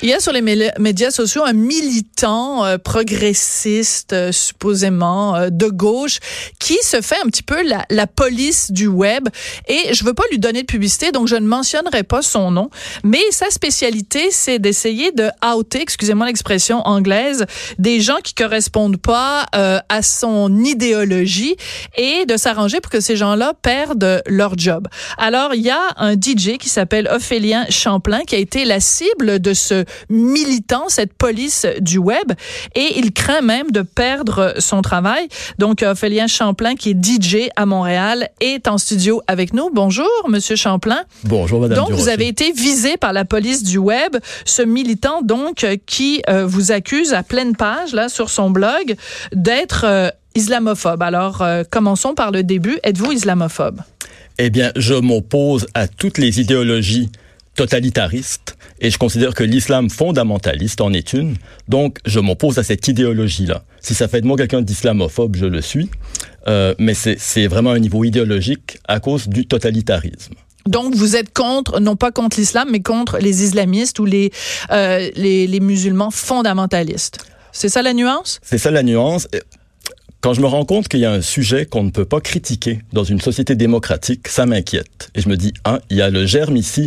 Il y a sur les médias sociaux un militant progressiste, supposément de gauche, qui se fait un petit peu la police du web. Et je veux pas lui donner de publicité, donc je ne mentionnerai pas son nom. Mais sa spécialité, c'est d'essayer de outer, excusez-moi l'expression anglaise, des gens qui correspondent pas à son idéologie et de s'arranger pour que ces gens-là perdent leur job. Alors, il y a un DJ qui s'appelle Ophélien Champlain qui a été la cible de ce militant, cette police du web, et il craint même de perdre son travail. Donc, Ophélien Champlain, qui est DJ à Montréal, est en studio avec nous. Bonjour, Monsieur Champlain. Bonjour, Madame Donc, Durocher. vous avez été visé par la police du web, ce militant, donc, qui vous accuse à pleine page, là, sur son blog, d'être islamophobe. Alors, commençons par le début. Êtes-vous islamophobe? Eh bien, je m'oppose à toutes les idéologies totalitaristes et je considère que l'islam fondamentaliste en est une. Donc, je m'oppose à cette idéologie-là. Si ça fait de moi quelqu'un d'islamophobe, je le suis. Mais c'est vraiment un niveau idéologique à cause du totalitarisme. Donc, vous êtes contre, non pas contre l'islam, mais contre les islamistes ou les musulmans fondamentalistes. C'est ça la nuance? C'est ça la nuance. Quand je me rends compte qu'il y a un sujet qu'on ne peut pas critiquer dans une société démocratique, ça m'inquiète. Et je me dis, il y a le germe ici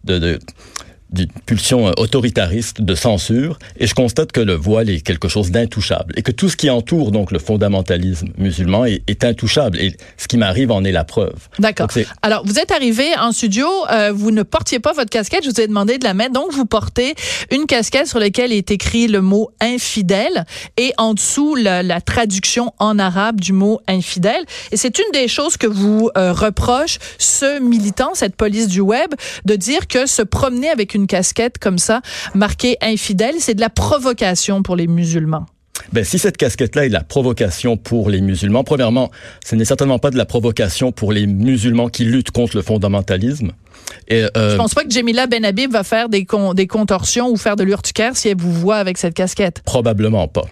d'une pulsion autoritariste, de censure, et je constate que le voile est quelque chose d'intouchable, et que tout ce qui entoure donc le fondamentalisme musulman est intouchable, et ce qui m'arrive en est la preuve. D'accord. Alors, vous êtes arrivé en studio, vous ne portiez pas votre casquette, je vous ai demandé de la mettre, donc vous portez une casquette sur laquelle est écrit le mot infidèle, et en dessous, la traduction en arabe du mot infidèle, et c'est une des choses que vous reproche ce militant, cette police du web, de dire que se promener avec une casquette comme ça, marquée infidèle, c'est de la provocation pour les musulmans. Ben, si cette casquette-là est de la provocation pour les musulmans, premièrement, ce n'est certainement pas de la provocation pour les musulmans qui luttent contre le fondamentalisme. Et, je pense pas que Jemila Benhabib va faire des contorsions ou faire de l'urticaire si elle vous voit avec cette casquette. Probablement pas.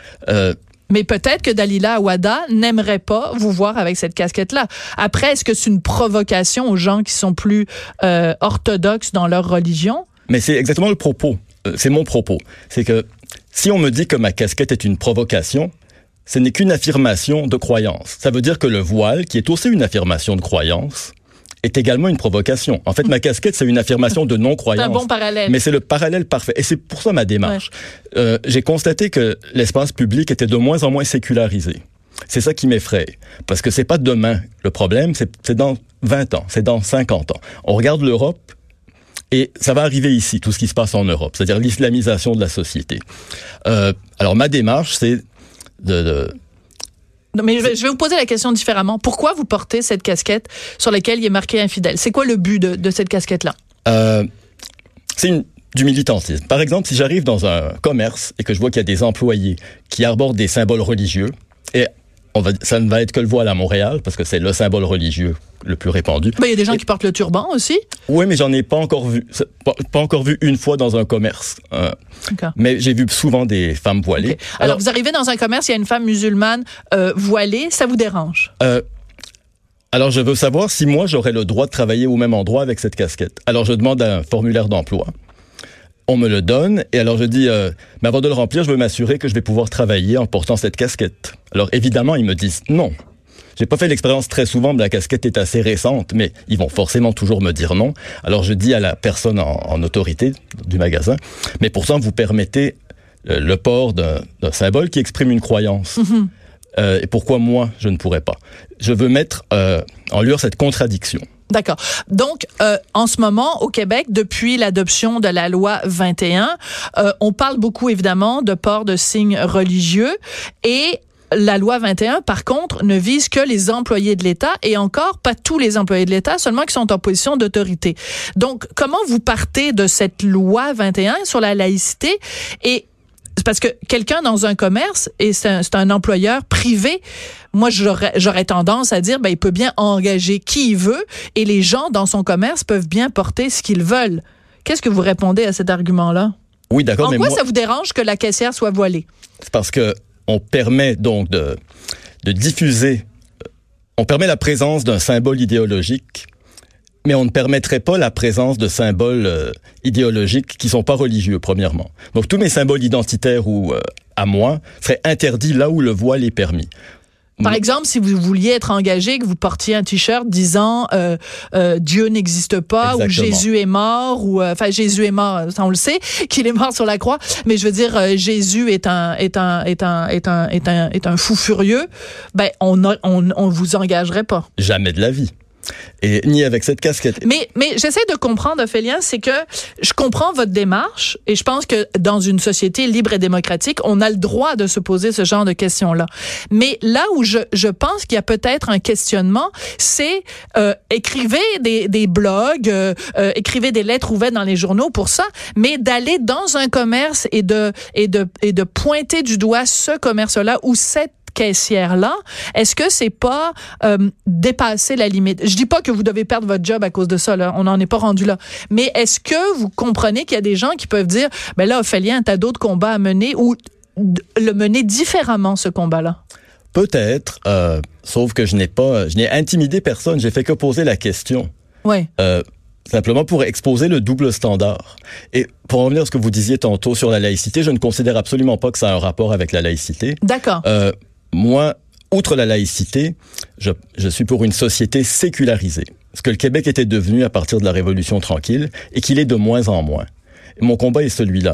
Mais peut-être que Dalila Awada n'aimerait pas vous voir avec cette casquette-là. Après, est-ce que c'est une provocation aux gens qui sont plus orthodoxes dans leur religion? Mais c'est exactement le propos. C'est mon propos. C'est que si on me dit que ma casquette est une provocation, ce n'est qu'une affirmation de croyance. Ça veut dire que le voile, qui est aussi une affirmation de croyance, est également une provocation. En fait, ma casquette, c'est une affirmation de non-croyance. C'est un bon parallèle. Mais c'est le parallèle parfait. Et c'est pour ça ma démarche. Ouais. J'ai constaté que l'espace public était de moins en moins sécularisé. C'est ça qui m'effraie. Parce que c'est pas demain. Le problème, c'est dans 20 ans, c'est dans 50 ans. On regarde l'Europe, et ça va arriver ici, tout ce qui se passe en Europe, c'est-à-dire l'islamisation de la société. Alors, ma démarche, c'est Non, mais je vais vous poser la question différemment. Pourquoi vous portez cette casquette sur laquelle il est marqué infidèle? C'est quoi le but de cette casquette-là? C'est du militantisme. Par exemple, si j'arrive dans un commerce et que je vois qu'il y a des employés qui arborent des symboles religieux, et ça ne va être que le voile à Montréal, parce que c'est le symbole religieux le plus répandu. Ben, il y a des gens qui portent le turban aussi. Oui, mais j'en ai pas encore vu une fois dans un commerce. Mais j'ai vu souvent des femmes voilées. Okay. Alors, vous arrivez dans un commerce, il y a une femme musulmane voilée, ça vous dérange? Alors, je veux savoir si moi, j'aurais le droit de travailler au même endroit avec cette casquette. Alors, je demande un formulaire d'emploi. On me le donne, et alors je dis, mais avant de le remplir, je veux m'assurer que je vais pouvoir travailler en portant cette casquette. Alors évidemment, ils me disent non. J'ai pas fait l'expérience très souvent, la casquette est assez récente, mais ils vont forcément toujours me dire non. Alors je dis à la personne en autorité du magasin, mais pourtant vous permettez le port d'un symbole qui exprime une croyance. Et pourquoi moi, je ne pourrais pas? Je veux mettre en lueur cette contradiction. D'accord. Donc, en ce moment, au Québec, depuis l'adoption de la loi 21, on parle beaucoup, évidemment, de port de signes religieux et la loi 21, par contre, ne vise que les employés de l'État et encore pas tous les employés de l'État, seulement qui sont en position d'autorité. Donc, comment vous partez de cette loi 21 sur la laïcité et parce que quelqu'un dans un commerce, et c'est un employeur privé, moi, j'aurais tendance à dire, il peut bien engager qui il veut et les gens dans son commerce peuvent bien porter ce qu'ils veulent. Qu'est-ce que vous répondez à cet argument-là? Oui, d'accord. En quoi ça vous dérange que la caissière soit voilée? C'est parce que on permet donc de diffuser, on permet la présence d'un symbole idéologique Mais on ne permettrait pas la présence de symboles idéologiques qui sont pas religieux, premièrement. Donc tous mes symboles identitaires ou à moi seraient interdits là où le voile est permis. Par exemple, si vous vouliez être engagé, que vous portiez un t-shirt disant Dieu n'existe pas, Exactement. ou Jésus est mort, ou Jésus est mort, ça on le sait, qu'il est mort sur la croix. Mais je veux dire, Jésus est un fou furieux. Ben on vous engagerait pas. Jamais de la vie. Et ni avec cette casquette. Mais j'essaie de comprendre, Ophélia, c'est que je comprends votre démarche et je pense que dans une société libre et démocratique, on a le droit de se poser ce genre de questions-là. Mais là où je pense qu'il y a peut-être un questionnement, c'est écrivez des blogs, écrivez des lettres ouvertes dans les journaux pour ça, mais d'aller dans un commerce et de pointer du doigt ce commerce-là ou cette caissière-là, est-ce que c'est pas dépasser la limite? Je dis pas que vous devez perdre votre job à cause de ça, là. On n'en est pas rendu là. Mais est-ce que vous comprenez qu'il y a des gens qui peuvent dire, ben là, Ophélia, t'as d'autres combats à mener ou le mener différemment, ce combat-là? Peut-être, sauf que je n'ai intimidé personne, j'ai fait que poser la question. Oui. Simplement pour exposer le double standard. Et pour revenir à ce que vous disiez tantôt sur la laïcité, je ne considère absolument pas que ça a un rapport avec la laïcité. D'accord. Moi, outre la laïcité, je suis pour une société sécularisée. Ce que le Québec était devenu à partir de la Révolution tranquille et qu'il est de moins en moins. Et mon combat est celui-là.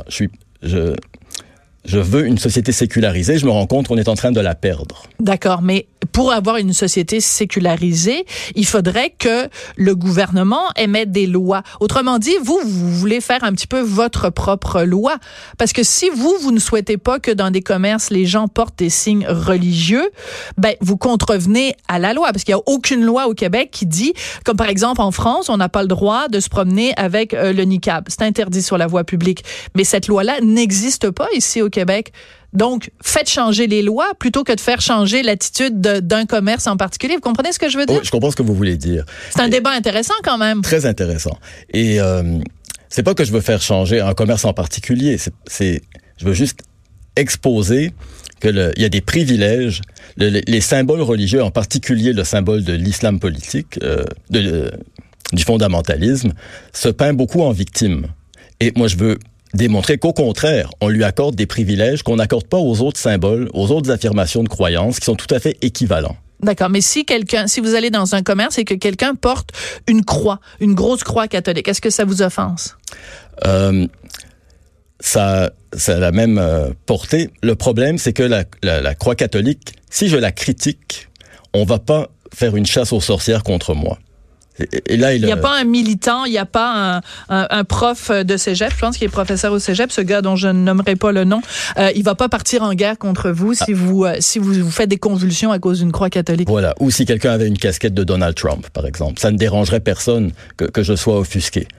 Je veux une société sécularisée. Je me rends compte qu'on est en train de la perdre. D'accord, mais pour avoir une société sécularisée, il faudrait que le gouvernement émette des lois. Autrement dit, vous voulez faire un petit peu votre propre loi. Parce que si vous ne souhaitez pas que dans des commerces, les gens portent des signes religieux, ben, vous contrevenez à la loi. Parce qu'il n'y a aucune loi au Québec qui dit, comme par exemple en France, on n'a pas le droit de se promener avec le niqab. C'est interdit sur la voie publique. Mais cette loi-là n'existe pas ici au Québec. Donc, faites changer les lois plutôt que de faire changer l'attitude d'un commerce en particulier. Vous comprenez ce que je veux dire? Oui, je comprends ce que vous voulez dire. C'est un débat intéressant quand même. Très intéressant. Et c'est pas que je veux faire changer un commerce en particulier. Je veux juste exposer il y a des privilèges. Les symboles religieux, en particulier le symbole de l'islam politique, du fondamentalisme, se peint beaucoup en victime. Et moi, je veux démontrer qu'au contraire, on lui accorde des privilèges qu'on n'accorde pas aux autres symboles, aux autres affirmations de croyance qui sont tout à fait équivalents. D'accord, mais si vous allez dans un commerce et que quelqu'un porte une croix, une grosse croix catholique, est-ce que ça vous offense? Ça a la même portée. Le problème, c'est que la croix catholique, si je la critique, on va pas faire une chasse aux sorcières contre moi. Et là, il n'y a pas un militant, il n'y a pas un prof de cégep, je pense qu'il est professeur au cégep, ce gars dont je ne nommerai pas le nom, il va pas partir en guerre contre vous si vous faites des convulsions à cause d'une croix catholique. Voilà. Ou si quelqu'un avait une casquette de Donald Trump, par exemple. Ça ne dérangerait personne que je sois offusqué.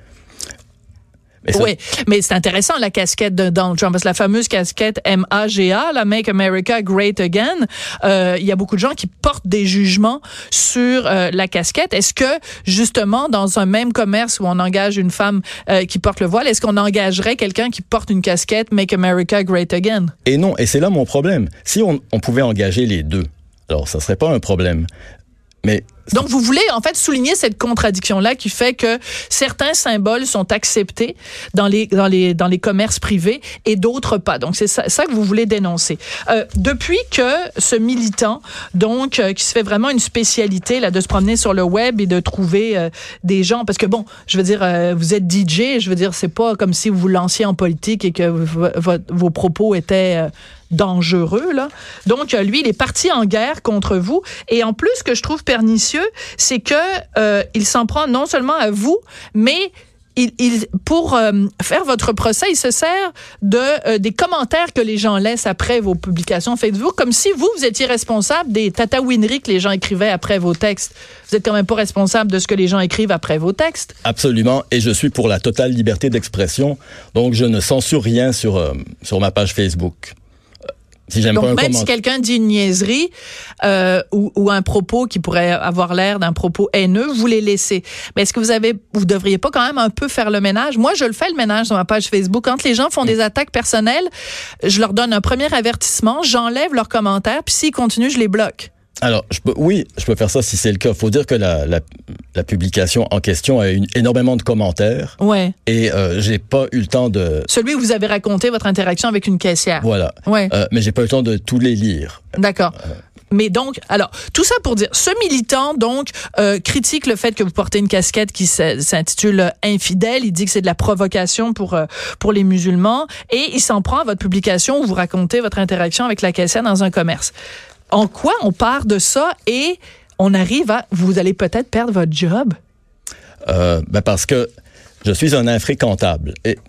Oui, mais c'est intéressant, la casquette de Donald Trump, parce que la fameuse casquette MAGA, la Make America Great Again, il y a beaucoup de gens qui portent des jugements sur la casquette. Est-ce que, justement, dans un même commerce où on engage une femme qui porte le voile, est-ce qu'on engagerait quelqu'un qui porte une casquette Make America Great Again? Et non, et c'est là mon problème. Si on pouvait engager les deux, alors ça serait pas un problème. Mais donc, vous voulez, en fait, souligner cette contradiction-là qui fait que certains symboles sont acceptés dans les commerces privés et d'autres pas. Donc, c'est ça que vous voulez dénoncer. Depuis que ce militant, donc, qui se fait vraiment une spécialité, là, de se promener sur le web et de trouver des gens, parce que bon, je veux dire, vous êtes DJ, je veux dire, c'est pas comme si vous vous lanciez en politique et que vos propos étaient dangereux, là. Donc, lui, il est parti en guerre contre vous. Et en plus, ce que je trouve pernicieux, c'est que il s'en prend non seulement à vous, mais pour faire votre procès, il se sert des commentaires que les gens laissent après vos publications Facebook, comme si vous étiez responsable des tatouineries que les gens écrivaient après vos textes. Vous êtes quand même pas responsable de ce que les gens écrivent après vos textes. Absolument, et je suis pour la totale liberté d'expression, donc je ne censure rien sur ma page Facebook. Donc, même si quelqu'un dit une niaiserie ou un propos qui pourrait avoir l'air d'un propos haineux, vous les laissez. Mais est-ce que vous devriez pas quand même un peu faire le ménage? Moi, je le fais le ménage sur ma page Facebook. Quand les gens font des attaques personnelles, je leur donne un premier avertissement, j'enlève leurs commentaires, puis s'ils continuent, je les bloque. Alors, je peux faire ça si c'est le cas. Faut dire que la publication en question a eu énormément de commentaires. Ouais. Et j'ai pas eu le temps de... Celui où vous avez raconté votre interaction avec une caissière. Voilà. Ouais. Mais j'ai pas eu le temps de tous les lire. D'accord. Mais donc, alors, tout ça pour dire, ce militant, donc, critique le fait que vous portez une casquette qui s'intitule Infidèle. Il dit que c'est de la provocation pour les musulmans. Et il s'en prend à votre publication où vous racontez votre interaction avec la caissière dans un commerce. En quoi on part de ça et on arrive à... Vous allez peut-être perdre votre job? Parce que je suis un infréquentable. Et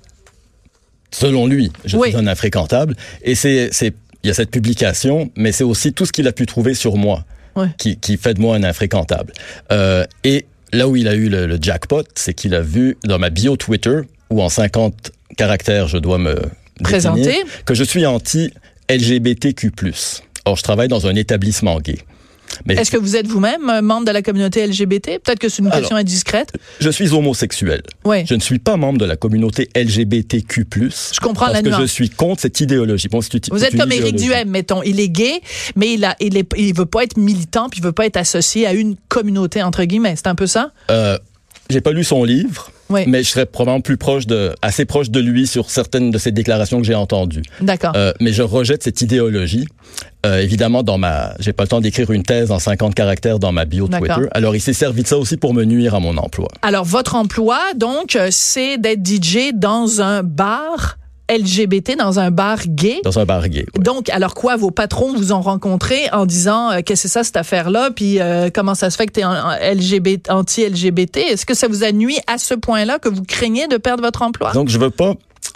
selon lui, je suis un infréquentable. Et il y a cette publication, mais c'est aussi tout ce qu'il a pu trouver sur moi qui fait de moi un infréquentable. Et là où il a eu le jackpot, c'est qu'il a vu dans ma bio Twitter, où en 50 caractères, je dois me présenter, que je suis anti-LGBTQ+. Or, je travaille dans un établissement gay. Mais est-ce que vous êtes vous-même membre de la communauté LGBT? Peut-être que c'est une question indiscrète. Je suis homosexuel. Oui. Je ne suis pas membre de la communauté LGBTQ+. Je comprends la nuance. Parce que je suis contre cette idéologie. Bon, vous êtes comme Éric Duhem, mettons. Il est gay, mais il veut pas être militant, puis il veut pas être associé à une communauté, entre guillemets. C'est un peu ça? J'ai pas lu son livre. Oui. Mais je serais probablement assez proche de lui sur certaines de ses déclarations que j'ai entendues. D'accord. Mais je rejette cette idéologie. Évidemment, j'ai pas le temps d'écrire une thèse en 50 caractères dans ma bio Twitter. Alors, il s'est servi de ça aussi pour me nuire à mon emploi. Alors, votre emploi, donc, c'est d'être DJ dans un bar LGBT, dans un bar gay. Dans un bar gay, oui. Donc, alors quoi, vos patrons vous ont rencontré en disant qu'est-ce que c'est ça, cette affaire-là, puis comment ça se fait que t'es anti-LGBT? Est-ce que ça vous a nui à ce point-là que vous craignez de perdre votre emploi? Donc, je veux pas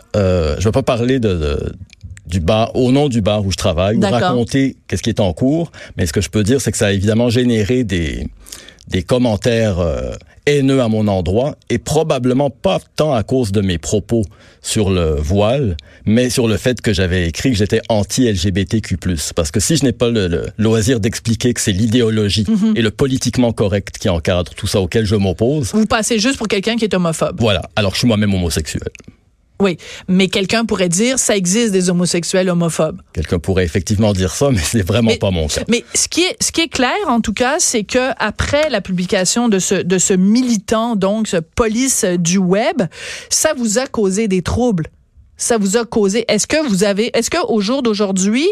parler du bar, au nom du bar où je travaille, ou raconter qu'est-ce qui est en cours, mais ce que je peux dire, c'est que ça a évidemment généré des commentaires haineux à mon endroit, et probablement pas tant à cause de mes propos sur le voile, mais sur le fait que j'avais écrit que j'étais anti-LGBTQ+. Parce que si je n'ai pas le loisir d'expliquer que c'est l'idéologie et le politiquement correct qui encadre tout ça auquel je m'oppose... Vous passez juste pour quelqu'un qui est homophobe. Voilà, alors que je suis moi-même homosexuel. Oui, mais quelqu'un pourrait dire ça existe des homosexuels homophobes. Quelqu'un pourrait effectivement dire ça, mais c'est vraiment pas mon cas. Mais ce qui est clair en tout cas, c'est que après la publication de ce militant, donc ce police du web, ça vous a causé des troubles. Ça vous a causé. Est-ce que au jour d'aujourd'hui,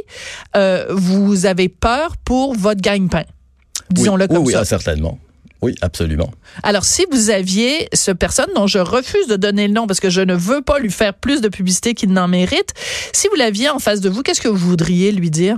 vous avez peur pour votre gagne-pain? Disons-le comme ça. Oui, certainement. Oui, absolument. Alors, si vous aviez cette personne dont je refuse de donner le nom parce que je ne veux pas lui faire plus de publicité qu'il n'en mérite, si vous l'aviez en face de vous, qu'est-ce que vous voudriez lui dire?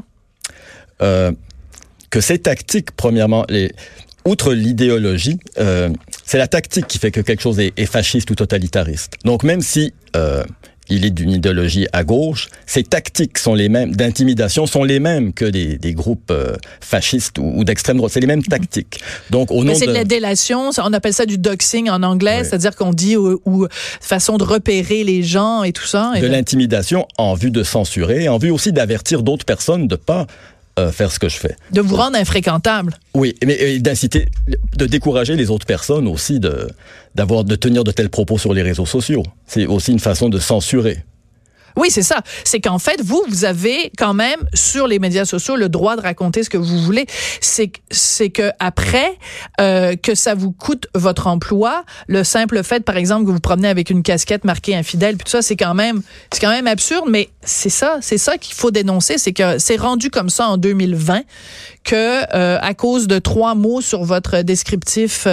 Que ces tactiques, premièrement, outre l'idéologie, c'est la tactique qui fait que quelque chose est fasciste ou totalitariste. Donc, même si il est d'une idéologie à gauche, ces tactiques sont les mêmes, d'intimidation sont les mêmes que des groupes fascistes ou d'extrême droite. C'est les mêmes tactiques. Donc, au nom c'est de la délation, on appelle ça du doxing en anglais, c'est-à-dire qu'on dit ou façon de repérer les gens et tout ça. De l'intimidation en vue de censurer, en vue aussi d'avertir d'autres personnes de pas faire ce que je fais. De vous rendre infréquentable. Oui, mais d'inciter, de décourager les autres personnes aussi de tenir de tels propos sur les réseaux sociaux. C'est aussi une façon de censurer. Oui, c'est ça. C'est qu'en fait, vous avez quand même sur les médias sociaux le droit de raconter ce que vous voulez. C'est que après que ça vous coûte votre emploi, le simple fait, par exemple, que vous promenez avec une casquette marquée infidèle, puis tout ça, c'est quand même absurde. Mais c'est ça qu'il faut dénoncer, c'est que c'est rendu comme ça en 2020 que à cause de 3 mots sur votre descriptif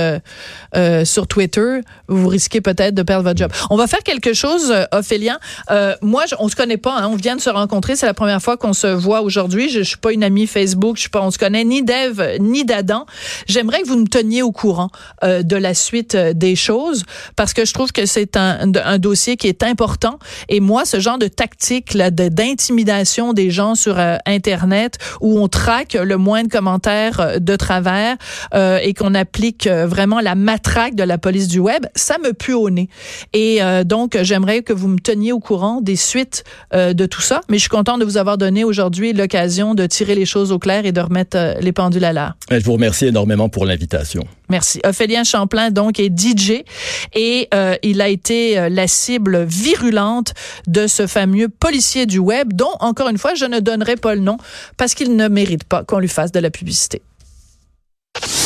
sur Twitter, vous risquez peut-être de perdre votre job. On va faire quelque chose, Ophélia. Moi, on se connaît pas, hein, on vient de se rencontrer, c'est la première fois qu'on se voit aujourd'hui. Je suis pas une amie Facebook, on se connaît ni d'Ève ni d'Adam. J'aimerais que vous me teniez au courant de la suite des choses parce que je trouve que c'est un dossier qui est important. Et moi, ce genre de tactique là, d'intimidation des gens sur Internet où on traque le moins de commentaires de travers et qu'on applique vraiment la matraque de la police du web, ça me pue au nez. Et donc, j'aimerais que vous me teniez au courant des suites de tout ça. Mais je suis contente de vous avoir donné aujourd'hui l'occasion de tirer les choses au clair et de remettre les pendules à l'heure. Je vous remercie énormément pour l'invitation. Merci. Ophélien Champlain, donc, est DJ et il a été la cible virulente de ce fameux policier du web dont, encore une fois, je ne donnerai pas le nom parce qu'il ne mérite pas qu'on lui fasse de la publicité.